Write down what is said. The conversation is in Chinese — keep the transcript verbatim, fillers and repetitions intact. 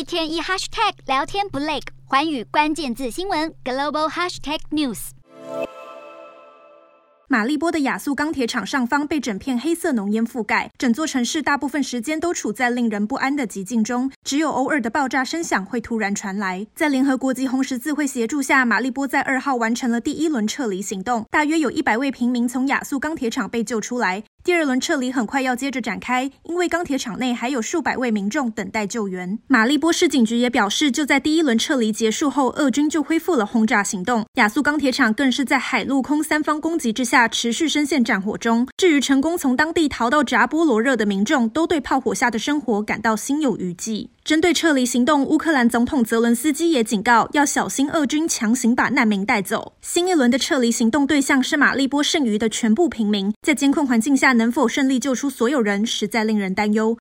天一 hashtag 聊天不累，寰宇关键字新闻 global hashtag news。 马利波的亚速钢铁厂上方被整片黑色浓烟覆盖，整座城市大部分时间都处在令人不安的寂静中，只有偶尔的爆炸声响会突然传来。在联合国及红十字会协助下，马利波在二号完成了第一轮撤离行动，大约有一百位平民从亚速钢铁厂被救出来。第二轮撤离很快要接着展开，因为钢铁厂内还有数百位民众等待救援。马利波市警局也表示，就在第一轮撤离结束后，俄军就恢复了轰炸行动。亚速钢铁厂更是在海陆空三方攻击之下持续深陷战火中。至于成功从当地逃到扎波罗热的民众，都对炮火下的生活感到心有余悸。针对撤离行动，乌克兰总统泽伦斯基也警告要小心俄军强行把难民带走。新一轮的撤离行动对象是马利波剩余的全部平民，在监控环境下能否顺利救出所有人，实在令人担忧。